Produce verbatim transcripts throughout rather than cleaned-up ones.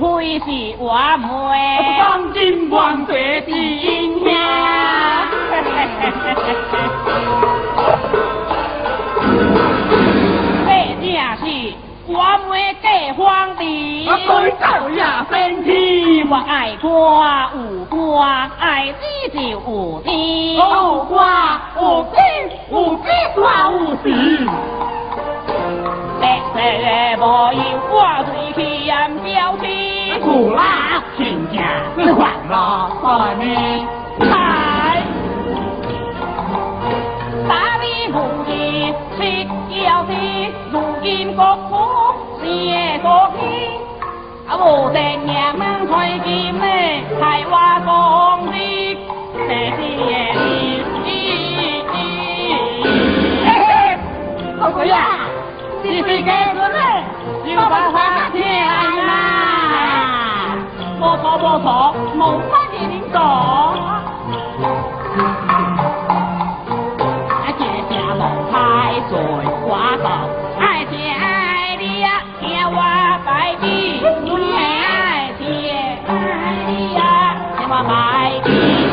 非是我妹， 当今万岁是英兄。 这正是我妹嫁皇帝。 我对狗也生气， 我爱歌有歌，爱死就有死。 有歌有死，有死煞有时。 白色的无有我对去暗标起， 苦啦，亲家是还我算呢。 嗨，打你如意七幺七，如今国府是个天，啊无定夜晚吹金嘞，害我讲你这是的你。 老鬼呀！你是家孙嘞，就把他听来啦。 无错无错，无法给您讲。啊，这正无太在我道，爱听爱你啊，听我拜你，你爱听爱你啊，听我拜你。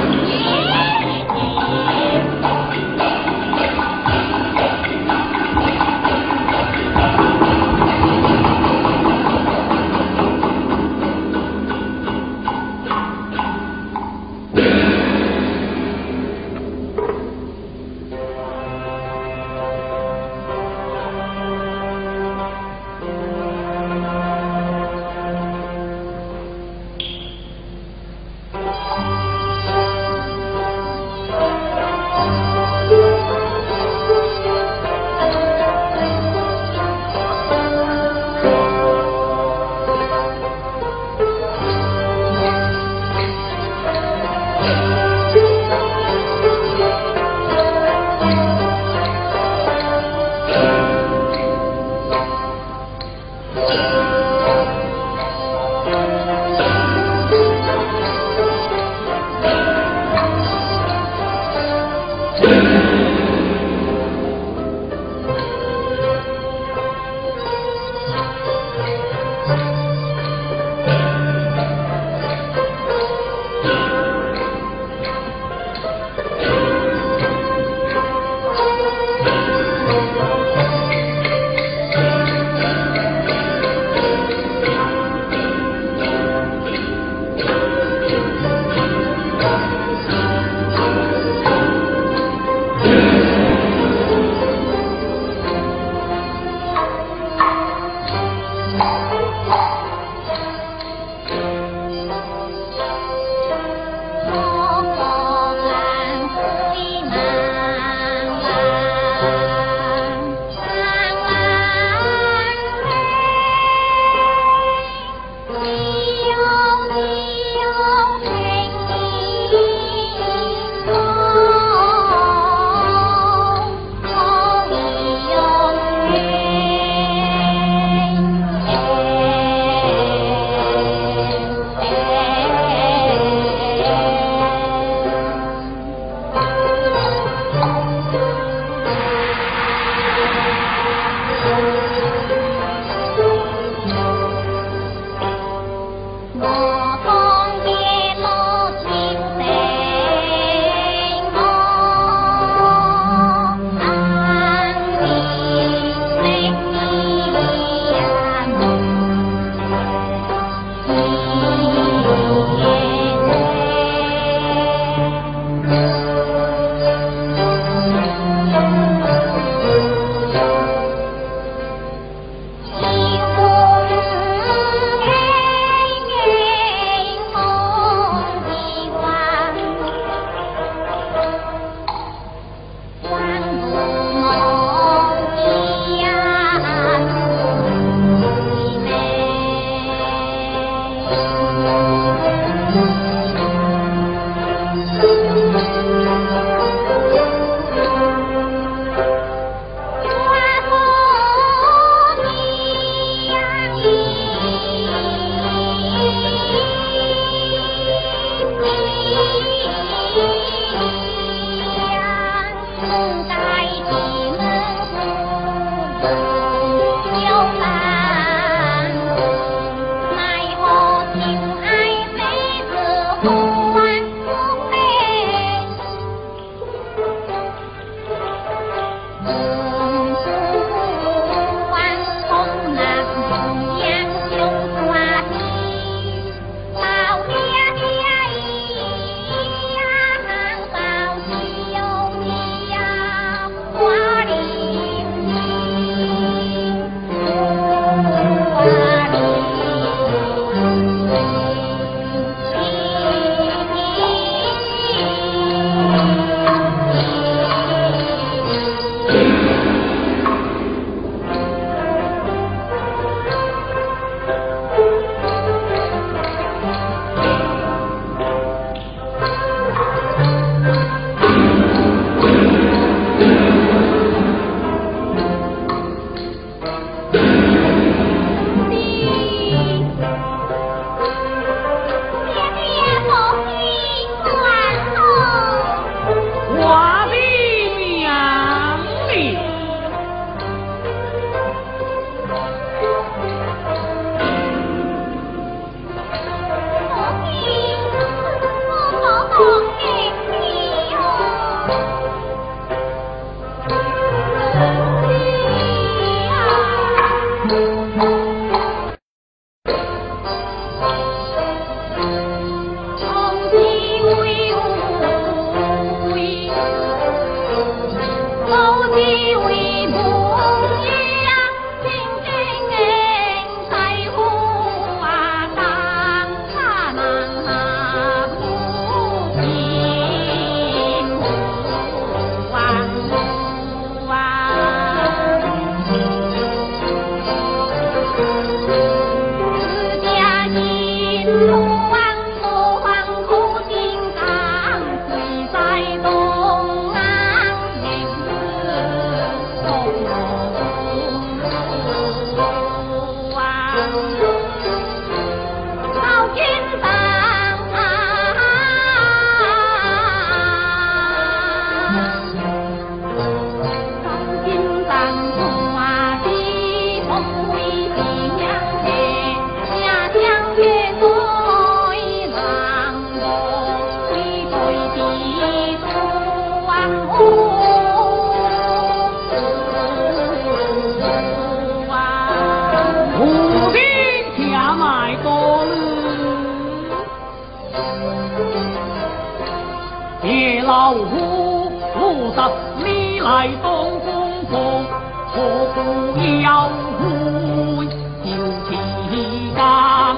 老夫负责你来东宫风，何故要回就其干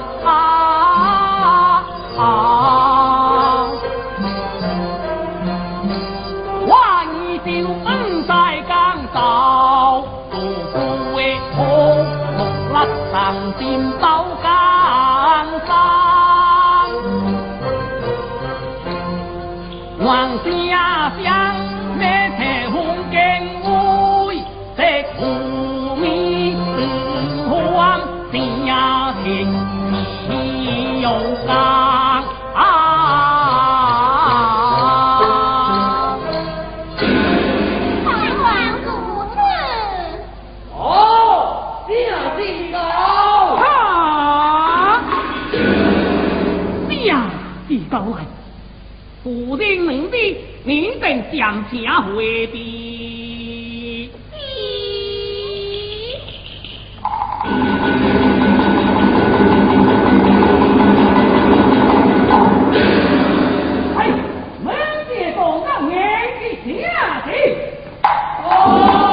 啊啊！万一就不在江道，做故为空木甩上心到江山，望家乡咩车红景会，这苦米五欢家庭喜有干啊！到来，夫人能的明定将下回避。哎，门界中让眼的下去。哦。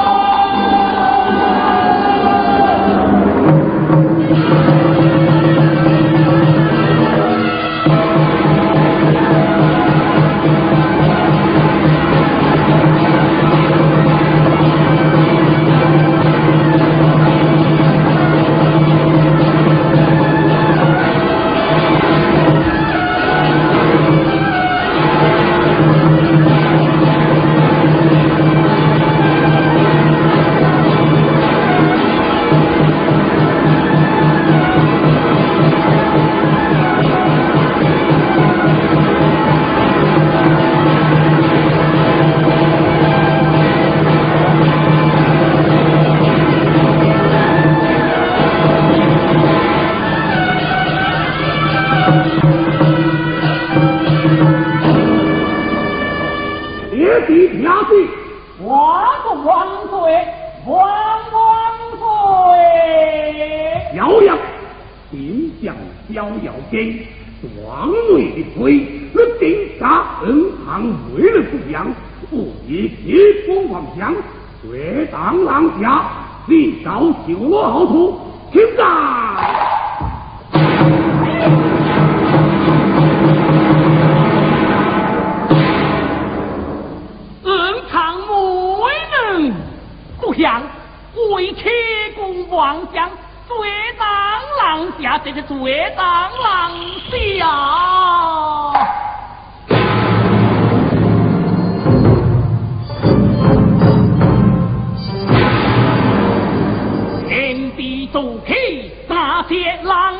修罗好土，请在。恩常未能，不想为切公妄想，罪当郎下，这是罪当郎下。走起大铁浪，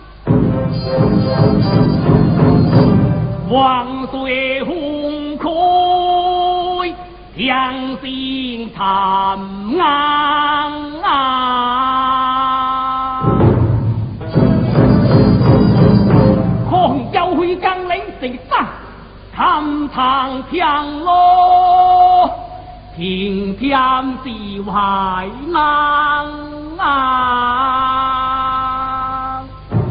望水红开，将心探安啊！空教会江陵直上，看长江咯，平天是淮南。啊！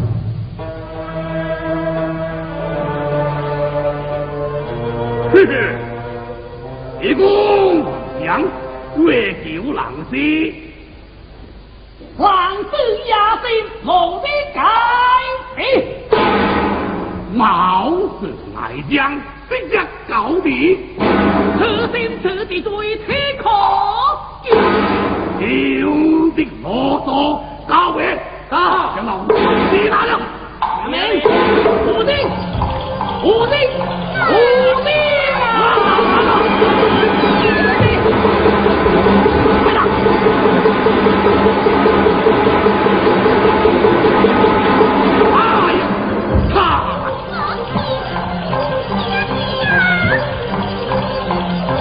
嘿嘿，一公将越救狼师，王子亚心无的改变，貌似爱将直接告敌，此心此地最体可。有的啰嗦，大卫，大将老你拿了，下面武丁，武丁，武丁啊！快打！哎呀，他！啊！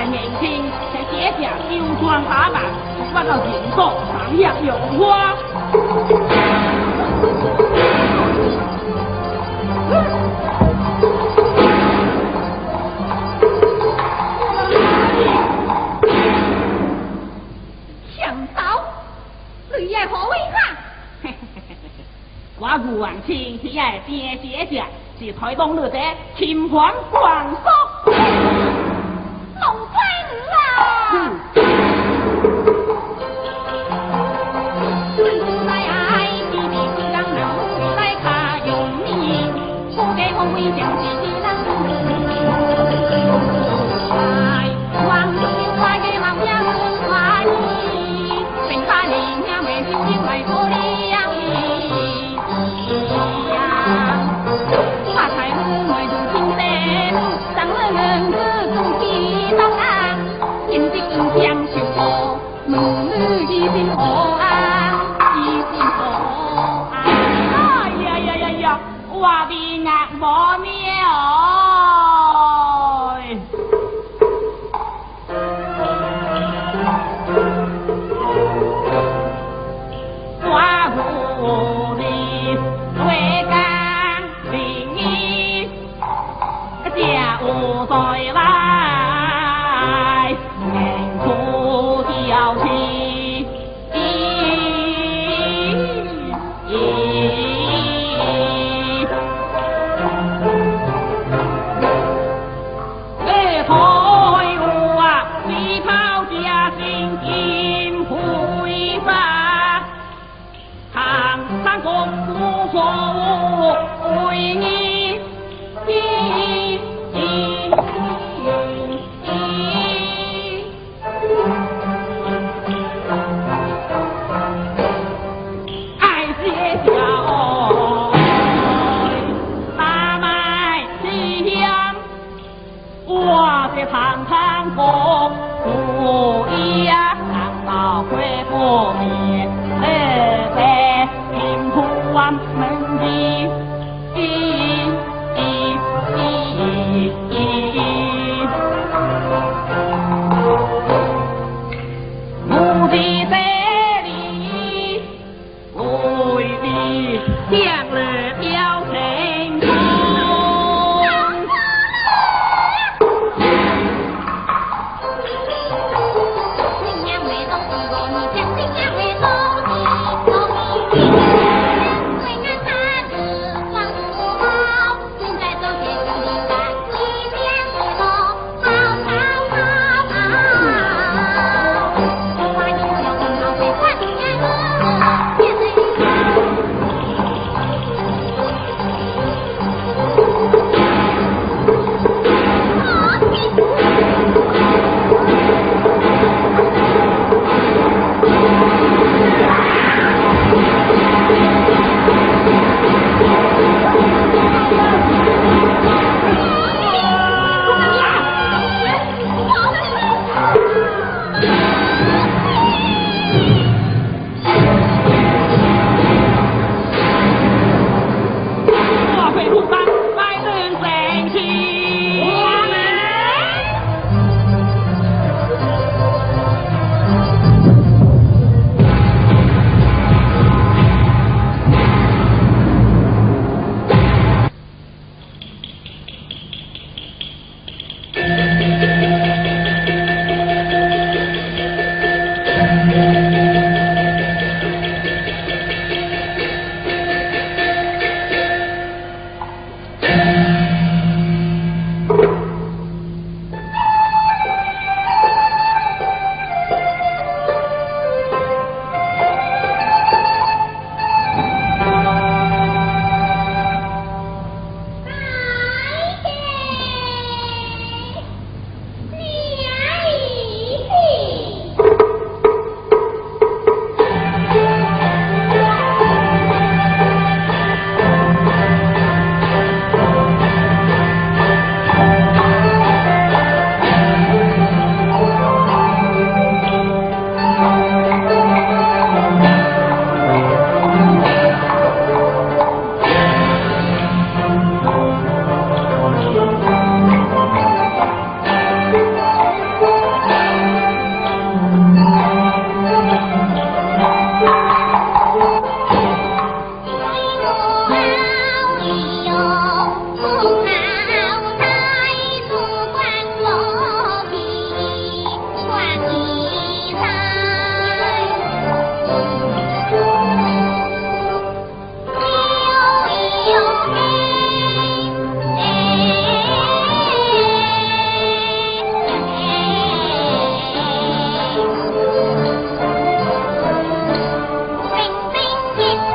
来年轻，才写下丢装打扮，我到人所上下用花。 强盗，你也好为难。 我古往今天也别写下，是台东你这秦皇广叔。 龙真啊！正在爱地的金刚人，在卡用你，不给我为将自己人。哎，王子快给王家人快意，并把你娘为心心为做的样呀。发财路为如今生，当了人子中气当然，今日将求我，母女一心何安，一心何安。 哎呀呀呀呀，我的眼无妙。堂堂国不一呀，唐老会不灭，二在平铺万门的一一一一，目的在里，为的向日飘成空。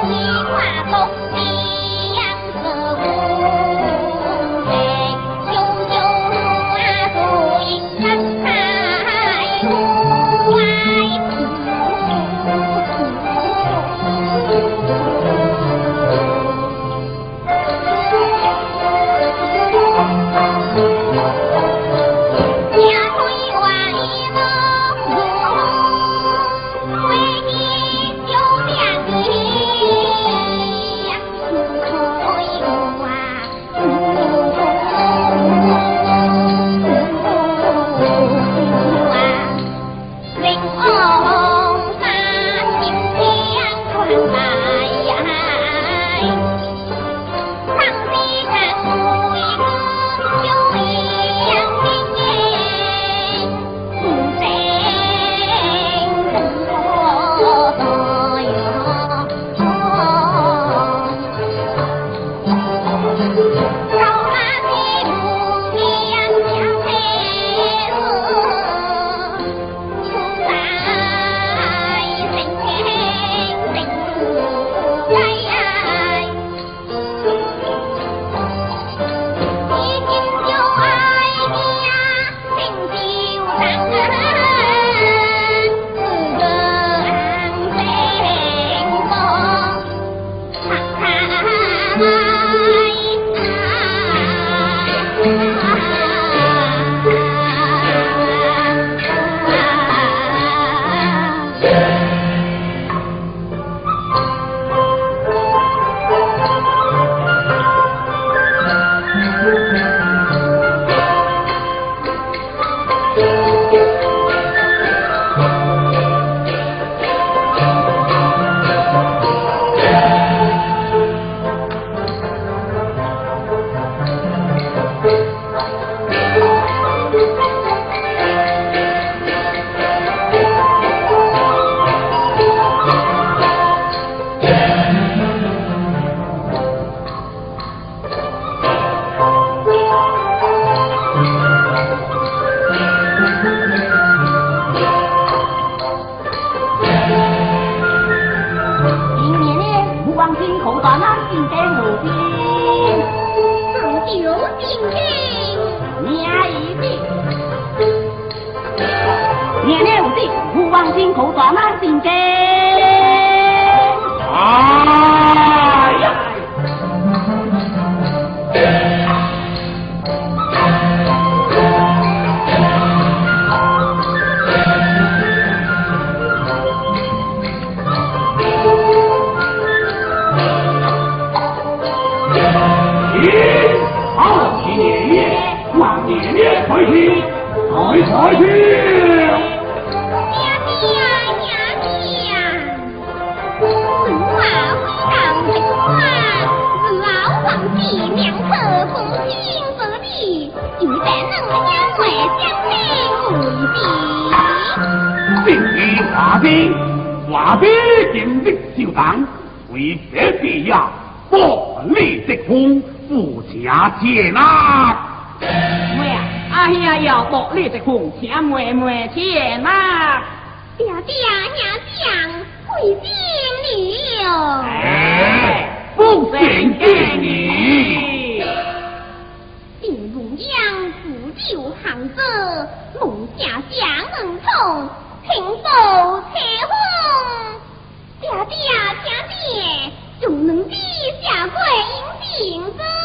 姐呐， 妹啊，阿兄要独立的空，请妹妹姐呐。 爹爹娘娘回敬了。 哎，不敬给你。 定龙阳富酒行者，梦下相能从，平手车风。爹爹爹爹，总能比下跪应定者。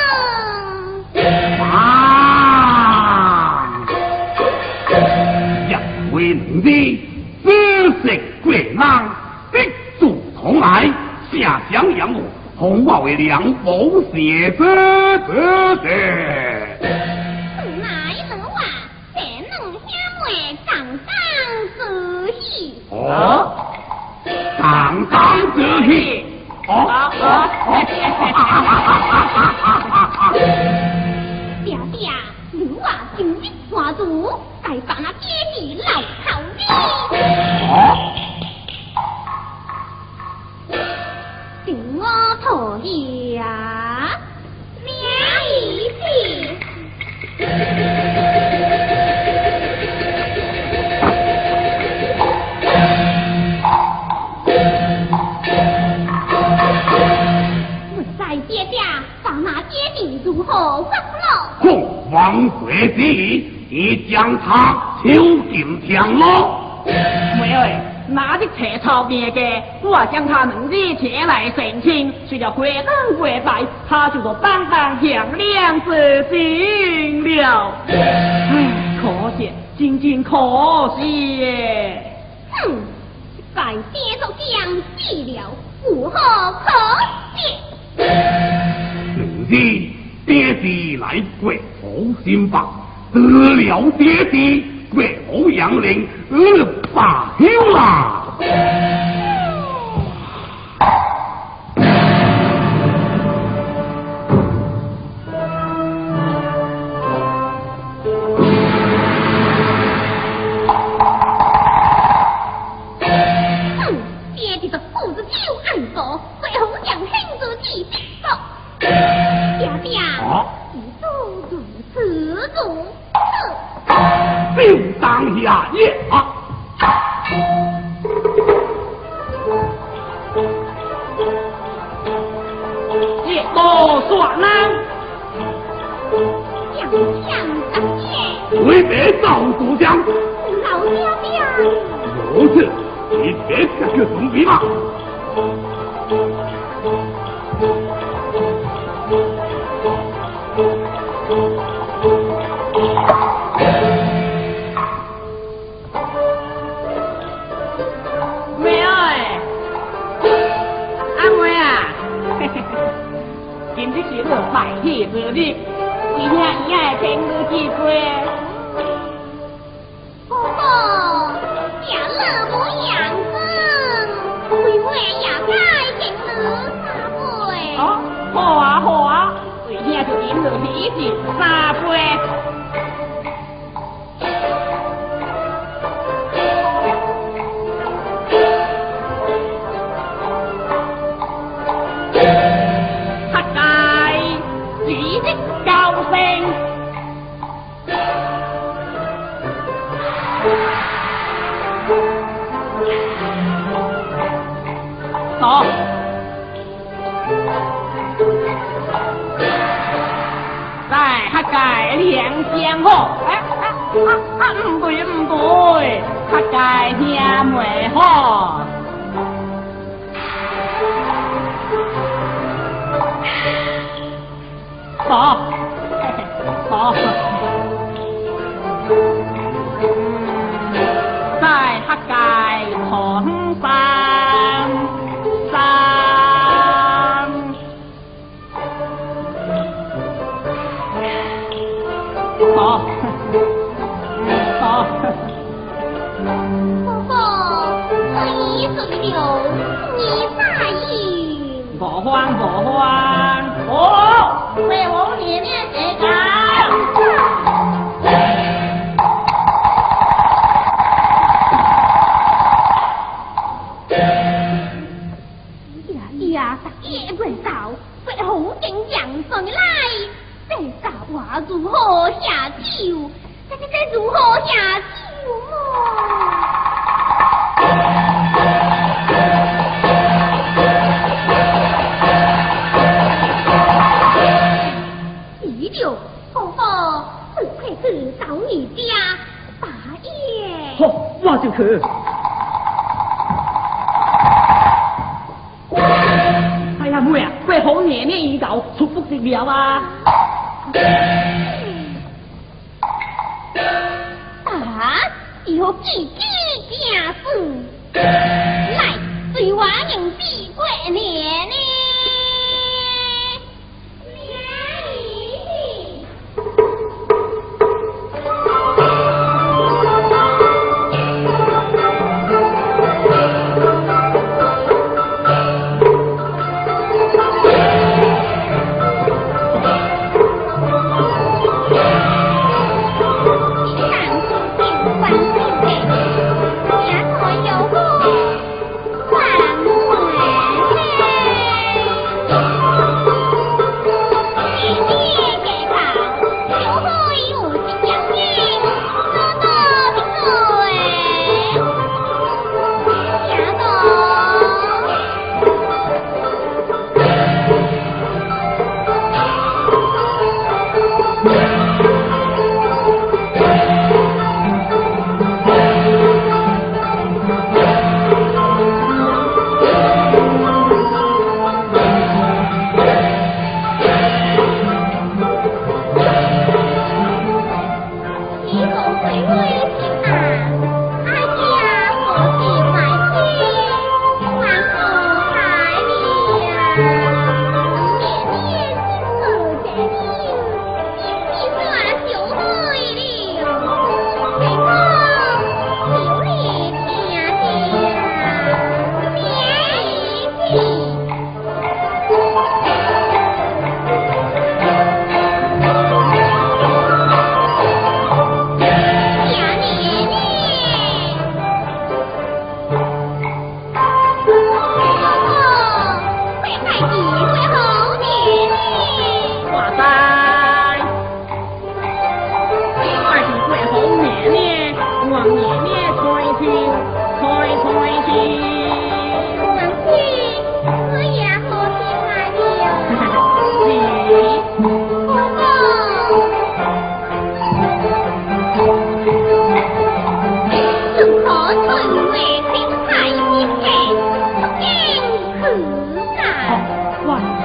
啊！一位能的知识贵人，的主同来，下乡养我，红包为两宝写子子子。 乃能话，才能相为长当之喜。 哦，长当之喜。哦哦！ 爹爹，你话今日花烛，该把那爹地老头的，请我头下两一起。 你如何发落？ 奉王水之意，已将他囚禁天牢。 妹儿，那的车草面嘅，我将他两日前来成亲，随着过灯过拜，他就做当当响亮之心了。唉，可惜，真正可惜耶！ 哼，该爹都将死了，如何可惜？ 两日爹地来国好心吧，得了爹地，国好阳灵，呃，罢休啦。就当下也啊！ 一个耍难， 将相当也。 为别赵主将， 老爹爹。 如此，你别这个总比嘛。 百体之力，为兄伊爱听你几岁？ 哥哥，家乐无样子，为我也该听你三岁。 哦，好啊好啊，为兄就听你理智三岁。好，在黑界两江河，哎啊啊啊！唔对唔对，黑界听袂好。好，好，在黑界同山。好，好。 哥哥，随随流，你在意。 不慌不慌，哦，为我里面这个。 爹爹，也未到，为红景阳上来。这家我如何下酒？这这这如何下酒么？一六哥哥，不愧是找你家大爷。 好，我就去。哎呀妹啊，为何年年已到，出不得了啊！ 啊！有几几件事，来随我迎比过年呢。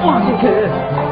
哇，这个。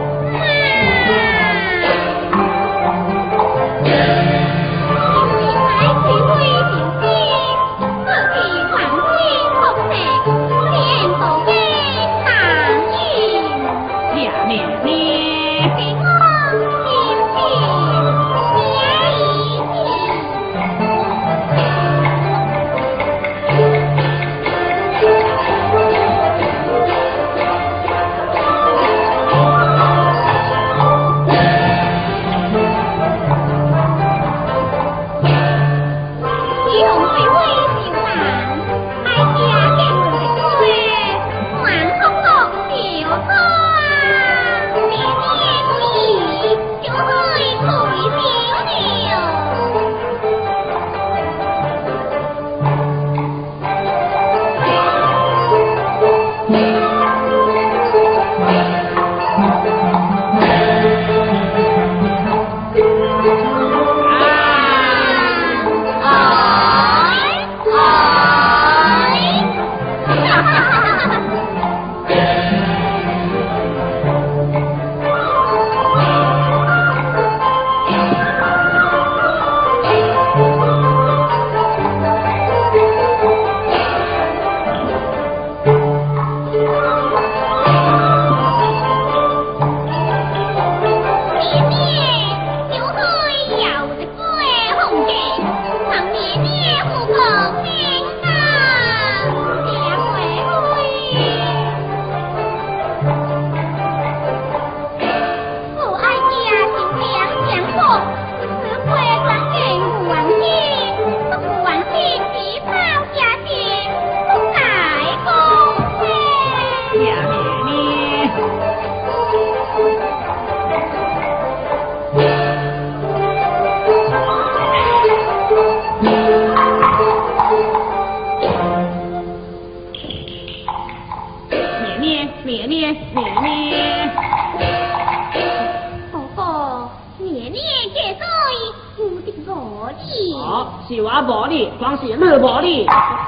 是我无理，光是你无理。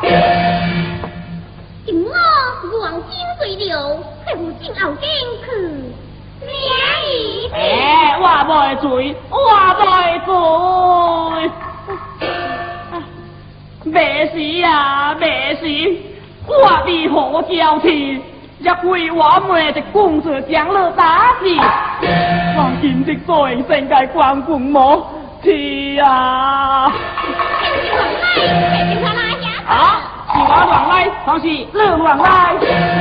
今我王金水流，去父亲后边去，名义。 哎，我袂醉，我袂醉。袂死啊，袂死！我被火交替，也归我妹的公子将了打死。王金的罪，身该关公魔。是啊！啊！是我乱来，还是你乱来？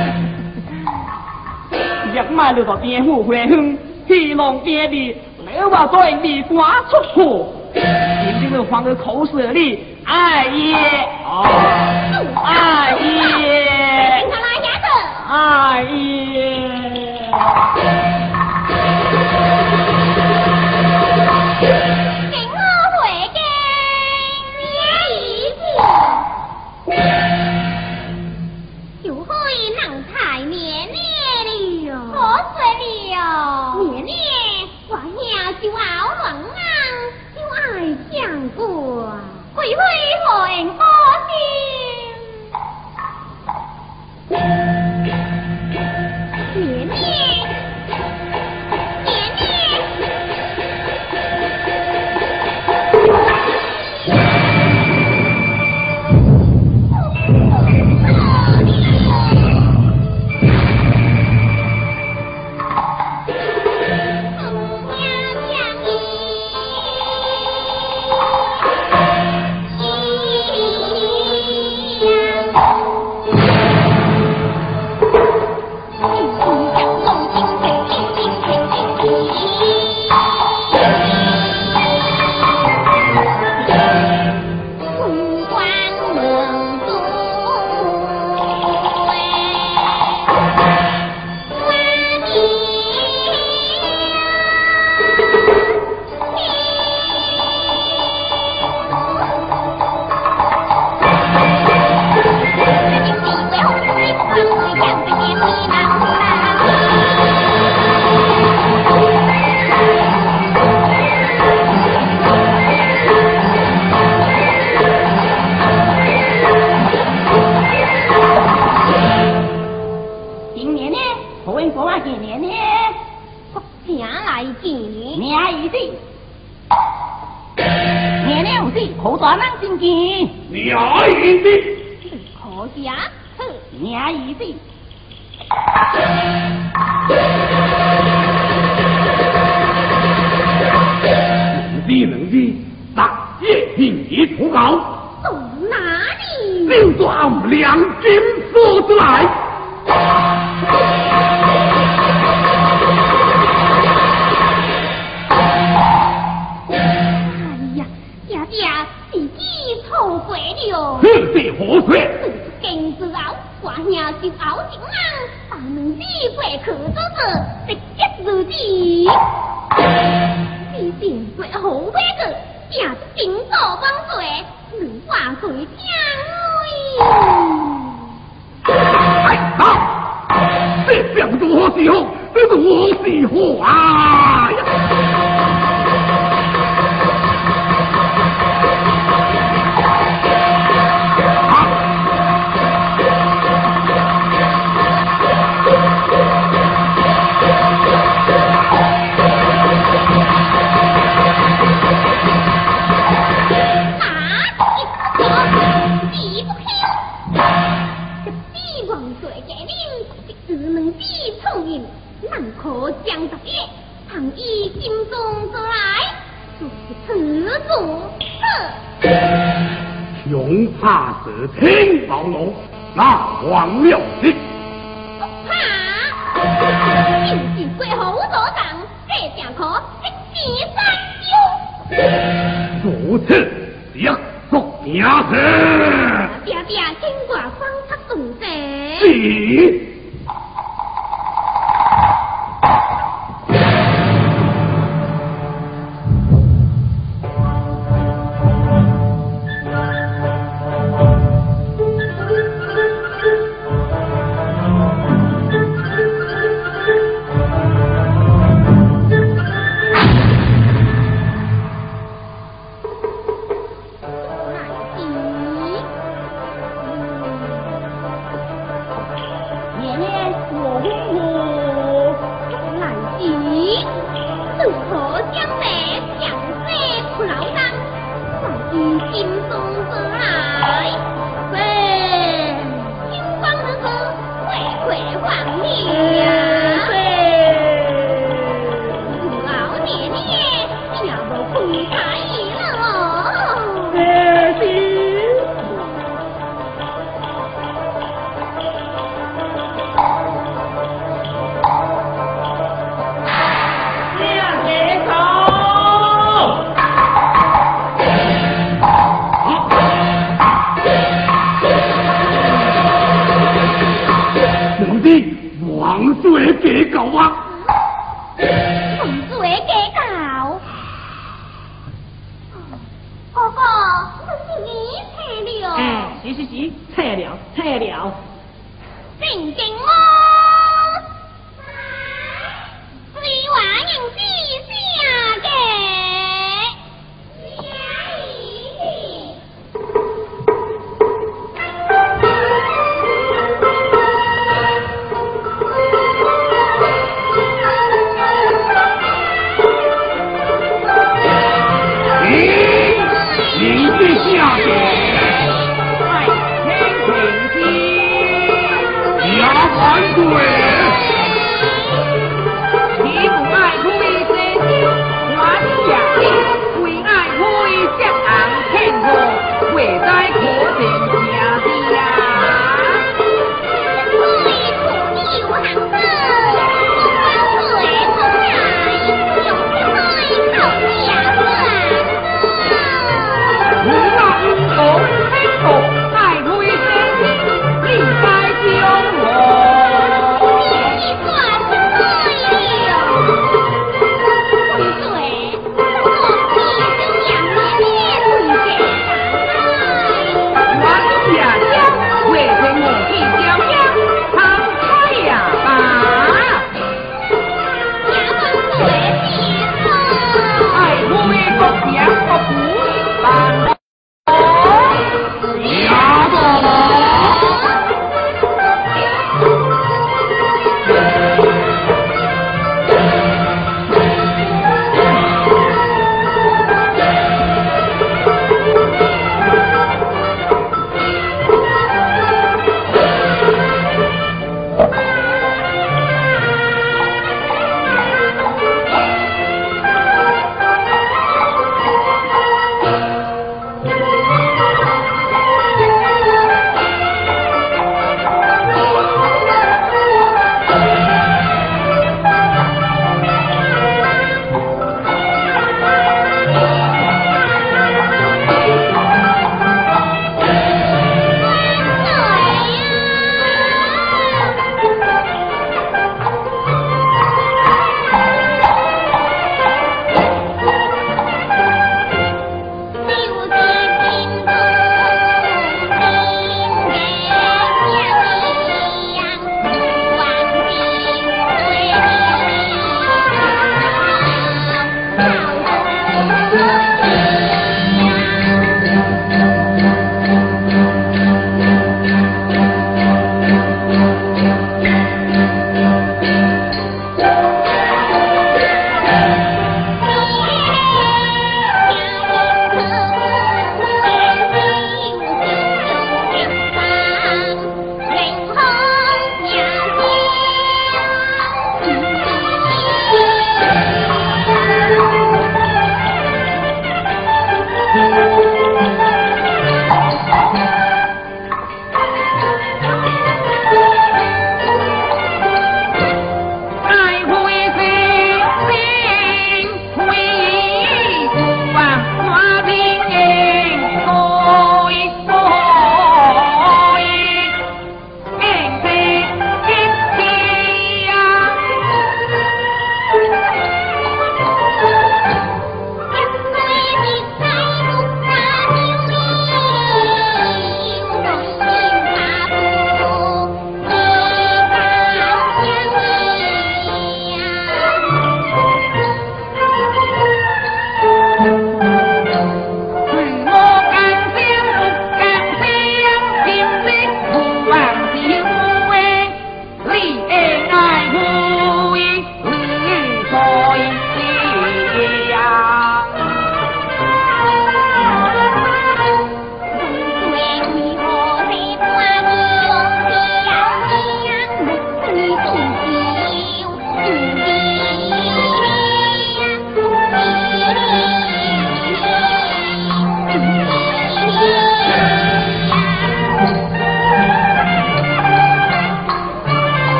日卖你到边户回乡，戏弄边地，你我对你刮出火，今天就放个口舌里，哎耶！哎耶！哎耶！ 回回何人高兴？年年，年年。 年呢，国请来见， 名义的，年年有事，好大人真见， 名义的， 可家好， 名义的。 能知能知，大业平移土稿， 到哪里？ 就转两金说出来。 哎呀，爹爹自己错过了。 这是何事？ 今之后，我兄就后一人，把两字过去做做，直接如此。你定过好买个，定顶做帮做，你话谁听哎啊！这表如何是好？这如何是好啊呀！ 可将十月，常以心中做来，就是此主呵。 恐怕是天宝龙，那黄了的。 不怕，就是过好所长，这正可一箭三雕。 如此，约束名声。 爹爹经过方策动者。 是。 牙关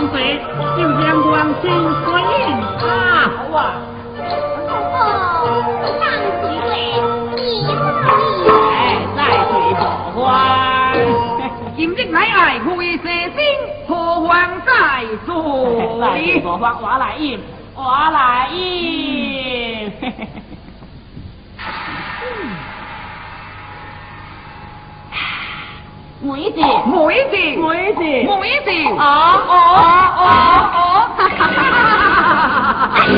王妃，就将光心所应啊！ 好啊！ 哦，当水位，你好你。 哎，再水不还。 今日乃爱会蛇星，何妨再做？ 再水不还，我来应，我来应。妹子， 妹子， 妹子， 妹子， 啊哦哦哦，哈哈哈哈！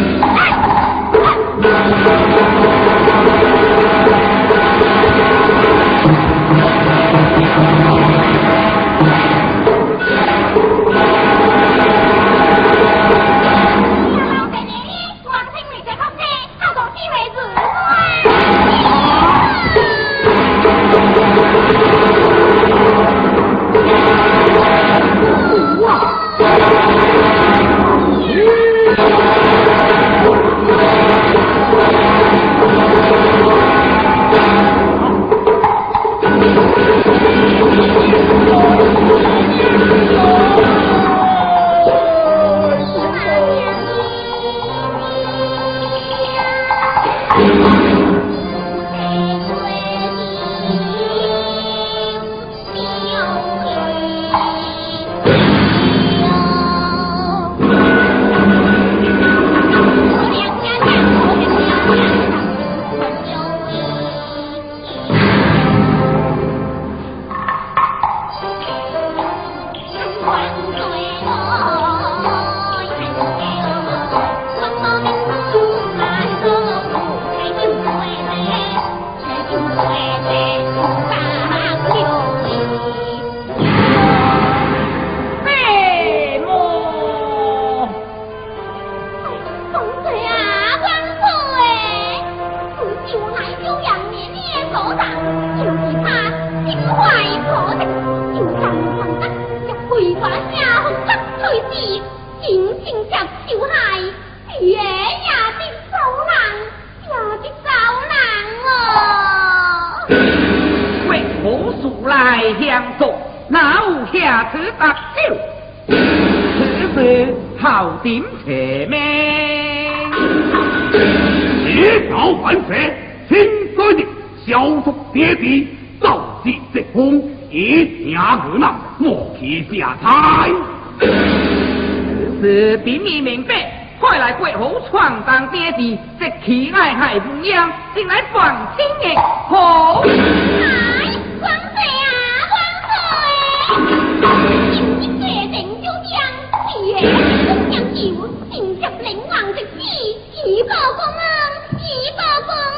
点邪命， 铁条反射，清水的消除跌地，造势直风，以听热闹，莫去下菜。 此事比你明白，快来国府闯荡跌地，即其爱害不央，进来放清营，好。 哎，王妃啊，王妃，今日决定就将爷。将酒进入领王之旨，以报公恩，以报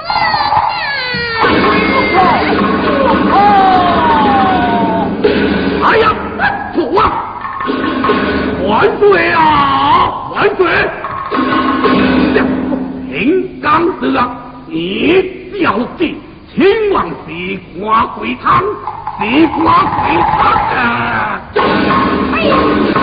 公恩啊！哎呀，主啊！万岁啊！万岁！平刚子啊，你小子千万是瓜鬼汤，是瓜鬼汤啊！哎呀！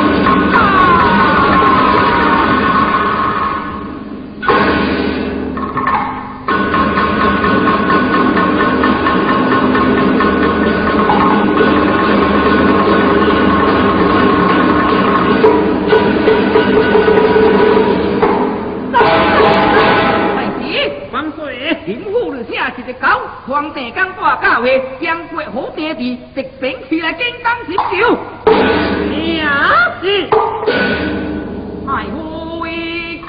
皇帝刚挂教会，将国府地地直并起来，京当小朝。 呀，是， 哎喂，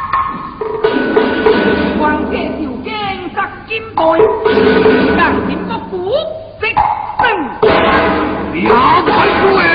皇帝就京杀金队，当前国府即胜。 呀，万岁！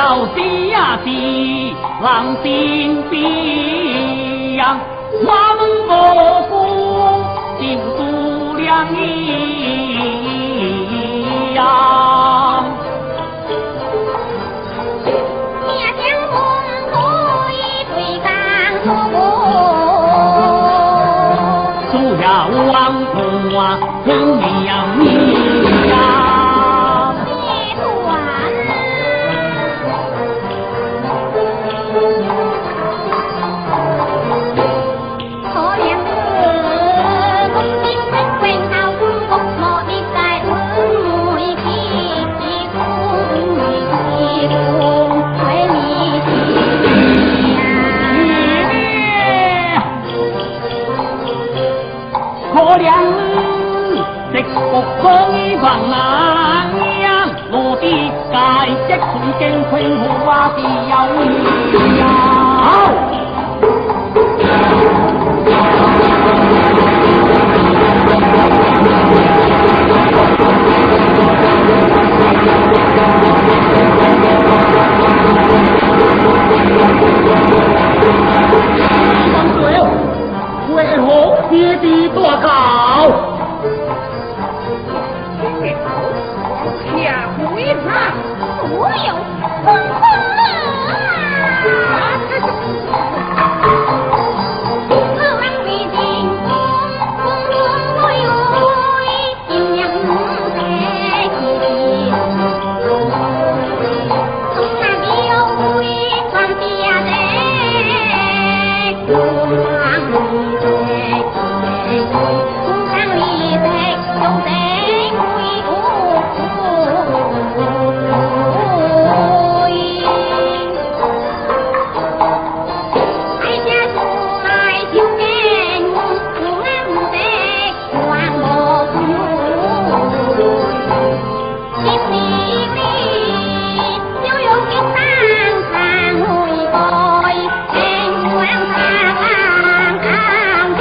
到底呀是人心悲呀，我们无辜就输两意呀。 命将红灰对刚出主要王婆啊，红娘你呀。可怜直服空房难呀，我的界的寸經困苦啊是有意呀。为何跌地大考？ 下回他所有空空啊！我望未尽，风风雨雨，阴阳在起。从那里有回光下来，空望。空山里在有在归爱家出来就跟不安在万莫心里里就有就上山回归天光上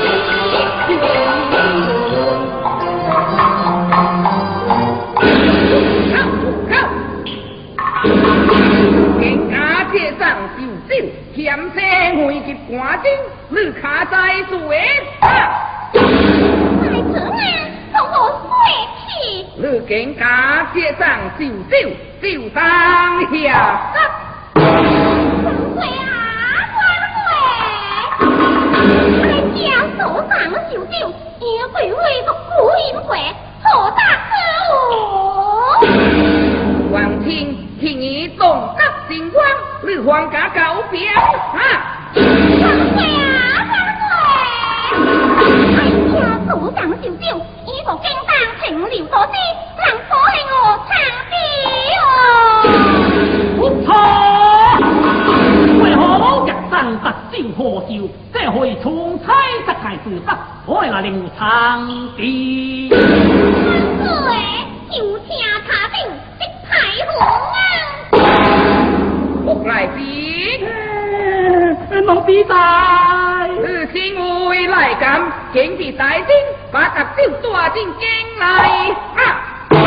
险车回入官军，你卡在做啊！太子啊，从我血气，你竟假借上就走，就当下杀！放鬼啊，放鬼！在家手上就走，也会为个古阴鬼，何大可恶！王清，听你动格星光。你皇家告表啊！放水啊，放水！哎呀，手上就走，依个京当停留多时，能否係我唱的哦？ 不錯，為何日生不消何兆？這可以重猜實係事實，我係那令唱的。 放水，就請他定即太紅啊！福來邊， 老弟大， 是因為來咁，竟必大兵把特招抓進京來啊！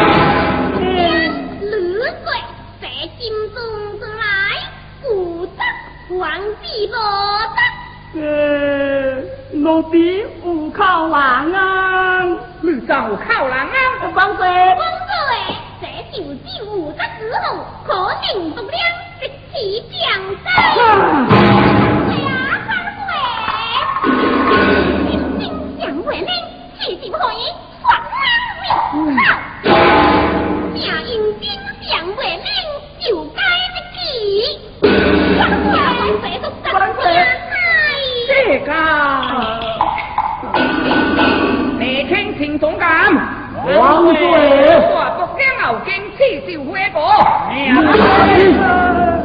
呂水這金中之來，無得皇帝不得。 誒，老弟有靠人啊！ 你就靠人啊！ 放水， 放水，這就只無得之後，可定不了。起江山，对啊，放水！心心想为令，气心可以双人为好。假因心想为令，就该的起。放水，水都放水，这个。你听清总感， 放水！ 我不惊牛经气就回过。哎呀！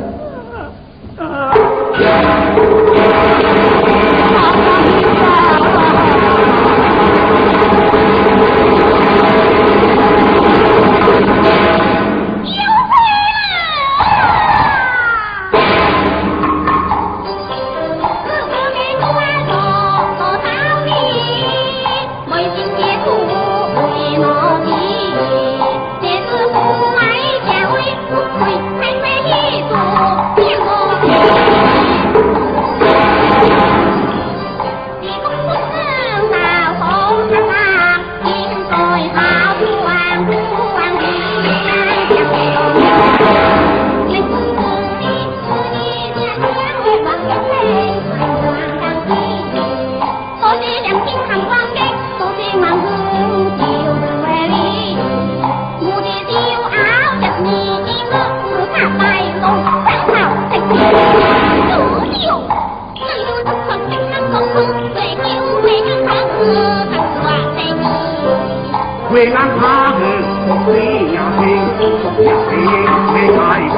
为俺他的谁呀谁，呀谁没开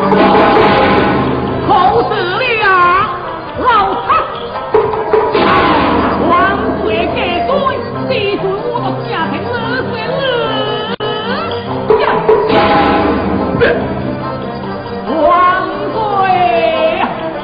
口死了，老他王水给罪，地主我的家庭了水了呀！王水。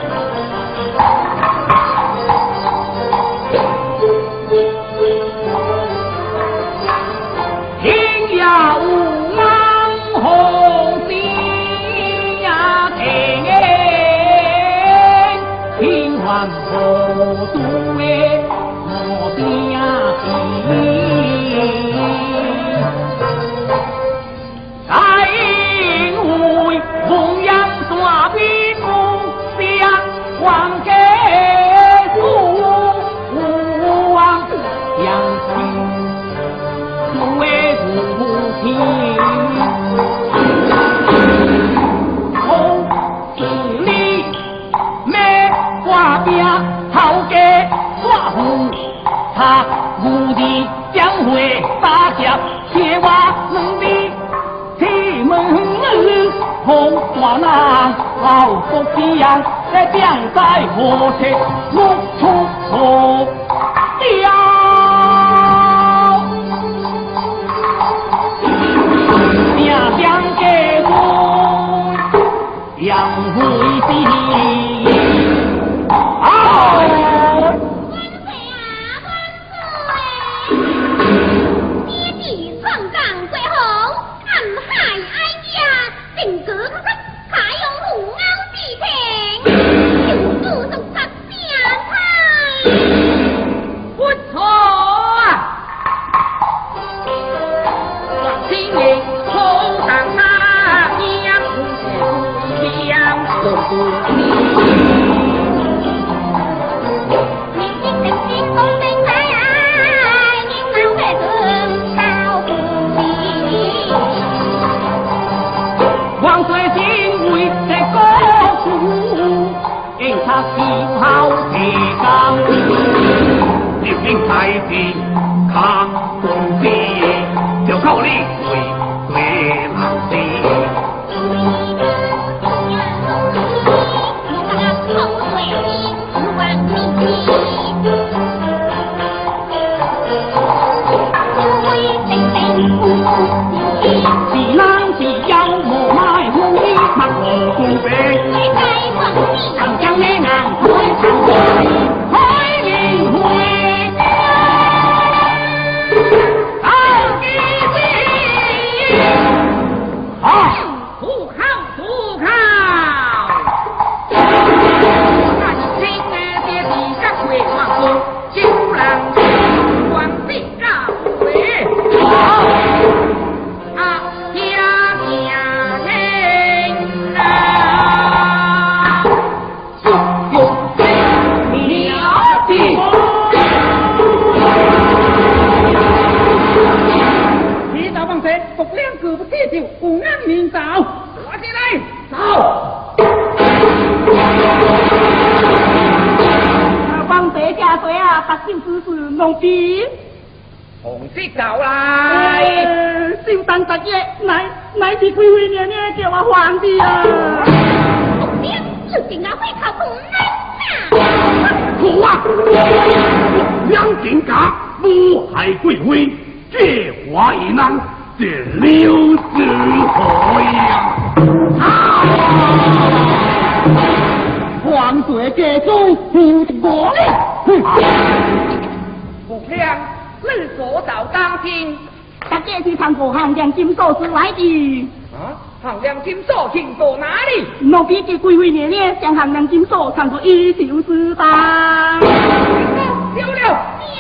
天呀无安红地呀天哎，天还何度哎，我的呀天，在因为弘扬大兵不相还给父王杨亲。为无情，空是你没挂边，头家挂虎，他无地将会打下，铁瓦能力铁门儿，红花郎老福气样，在江在河前露出河雕。想给我养回的啊！ 万岁啊，万岁！爹地创港最好，暗海哀家，定格克克，还用虎凹地平，有主送他变态。 不错啊！王清明后上他一样不是一样都不明星明星功名在爱，您老太尊高不离。 王水心为这个主，因他喜好铁钢， 你应该的抗公司，就靠你为对老师。 是男是妖，无卖虎衣，mặc hồ cung bê，长江的硬开长开年会，到底是啊， 不靠不靠。那是听的爹地甲会皇宫，九郎皇帝告回。啊，家家人啊， 就有了地。你大王谁？独两个不接受，不安明早。 我进来，走。 王贼家水啊，八九十是弄逼。 红色走来， 小蛋十夜，乃乃是贵妃娘娘叫我皇帝啊！ 独两有定啊会靠红安好啊！两件假诬害贵妃，借华一囊，这刘子何呀？ 皇水家中有我哩！ 不亮，日所到当今。 大家是参过汉阳金锁之来的。 啊，衡量金锁停到哪里？ 奴婢嘅贵妃娘娘将衡量金锁藏到一袖之中。 丢了。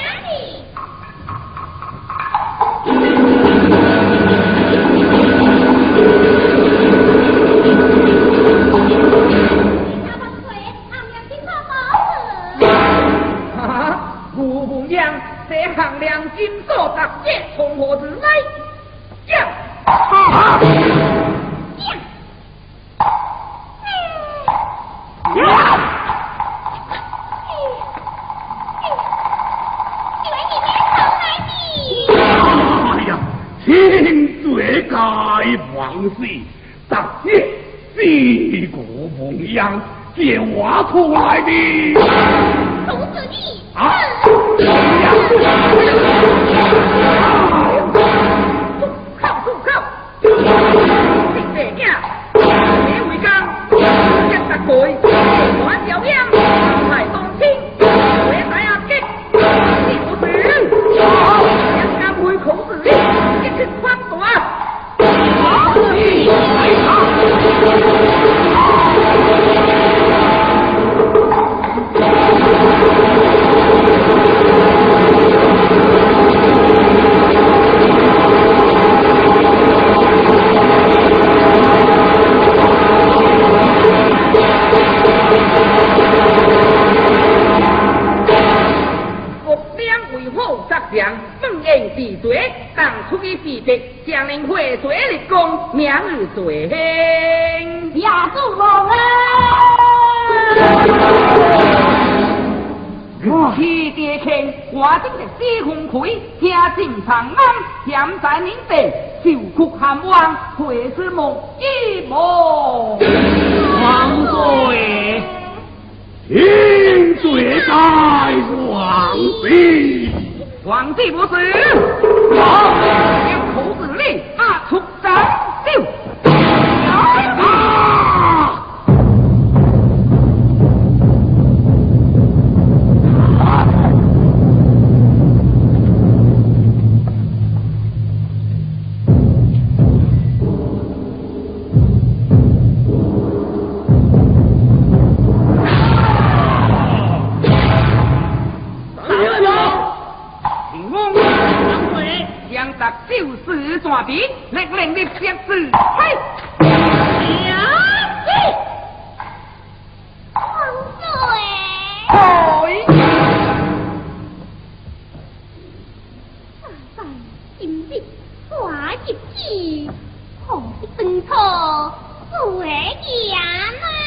啊，胡不样，这衡量金锁特借从何之来？呀！ 啊！哎呀，请因罪该亡死，当夜四个梦样，借挖出来的。 公子你啊！ 靠住靠！听这呀，别为刚，一十岁，我小样，太动心，为大家给，你不是，两家会口子里，一起穿短。好，你来他。本应治罪，当出去避避，将人会罪立功，明日罪兴。 亚主公啊！ 去爹看，我正是西风开，听尽长安，险在您地，受苦寒王，会是梦一梦。 王罪，因罪在皇帝。 皇帝不是，我将口子里啊出斩就。就是抓笔，令令你写字，嘿， 呀，王罪， 哎， 大凡今日花一枝，何必奔波为衙门？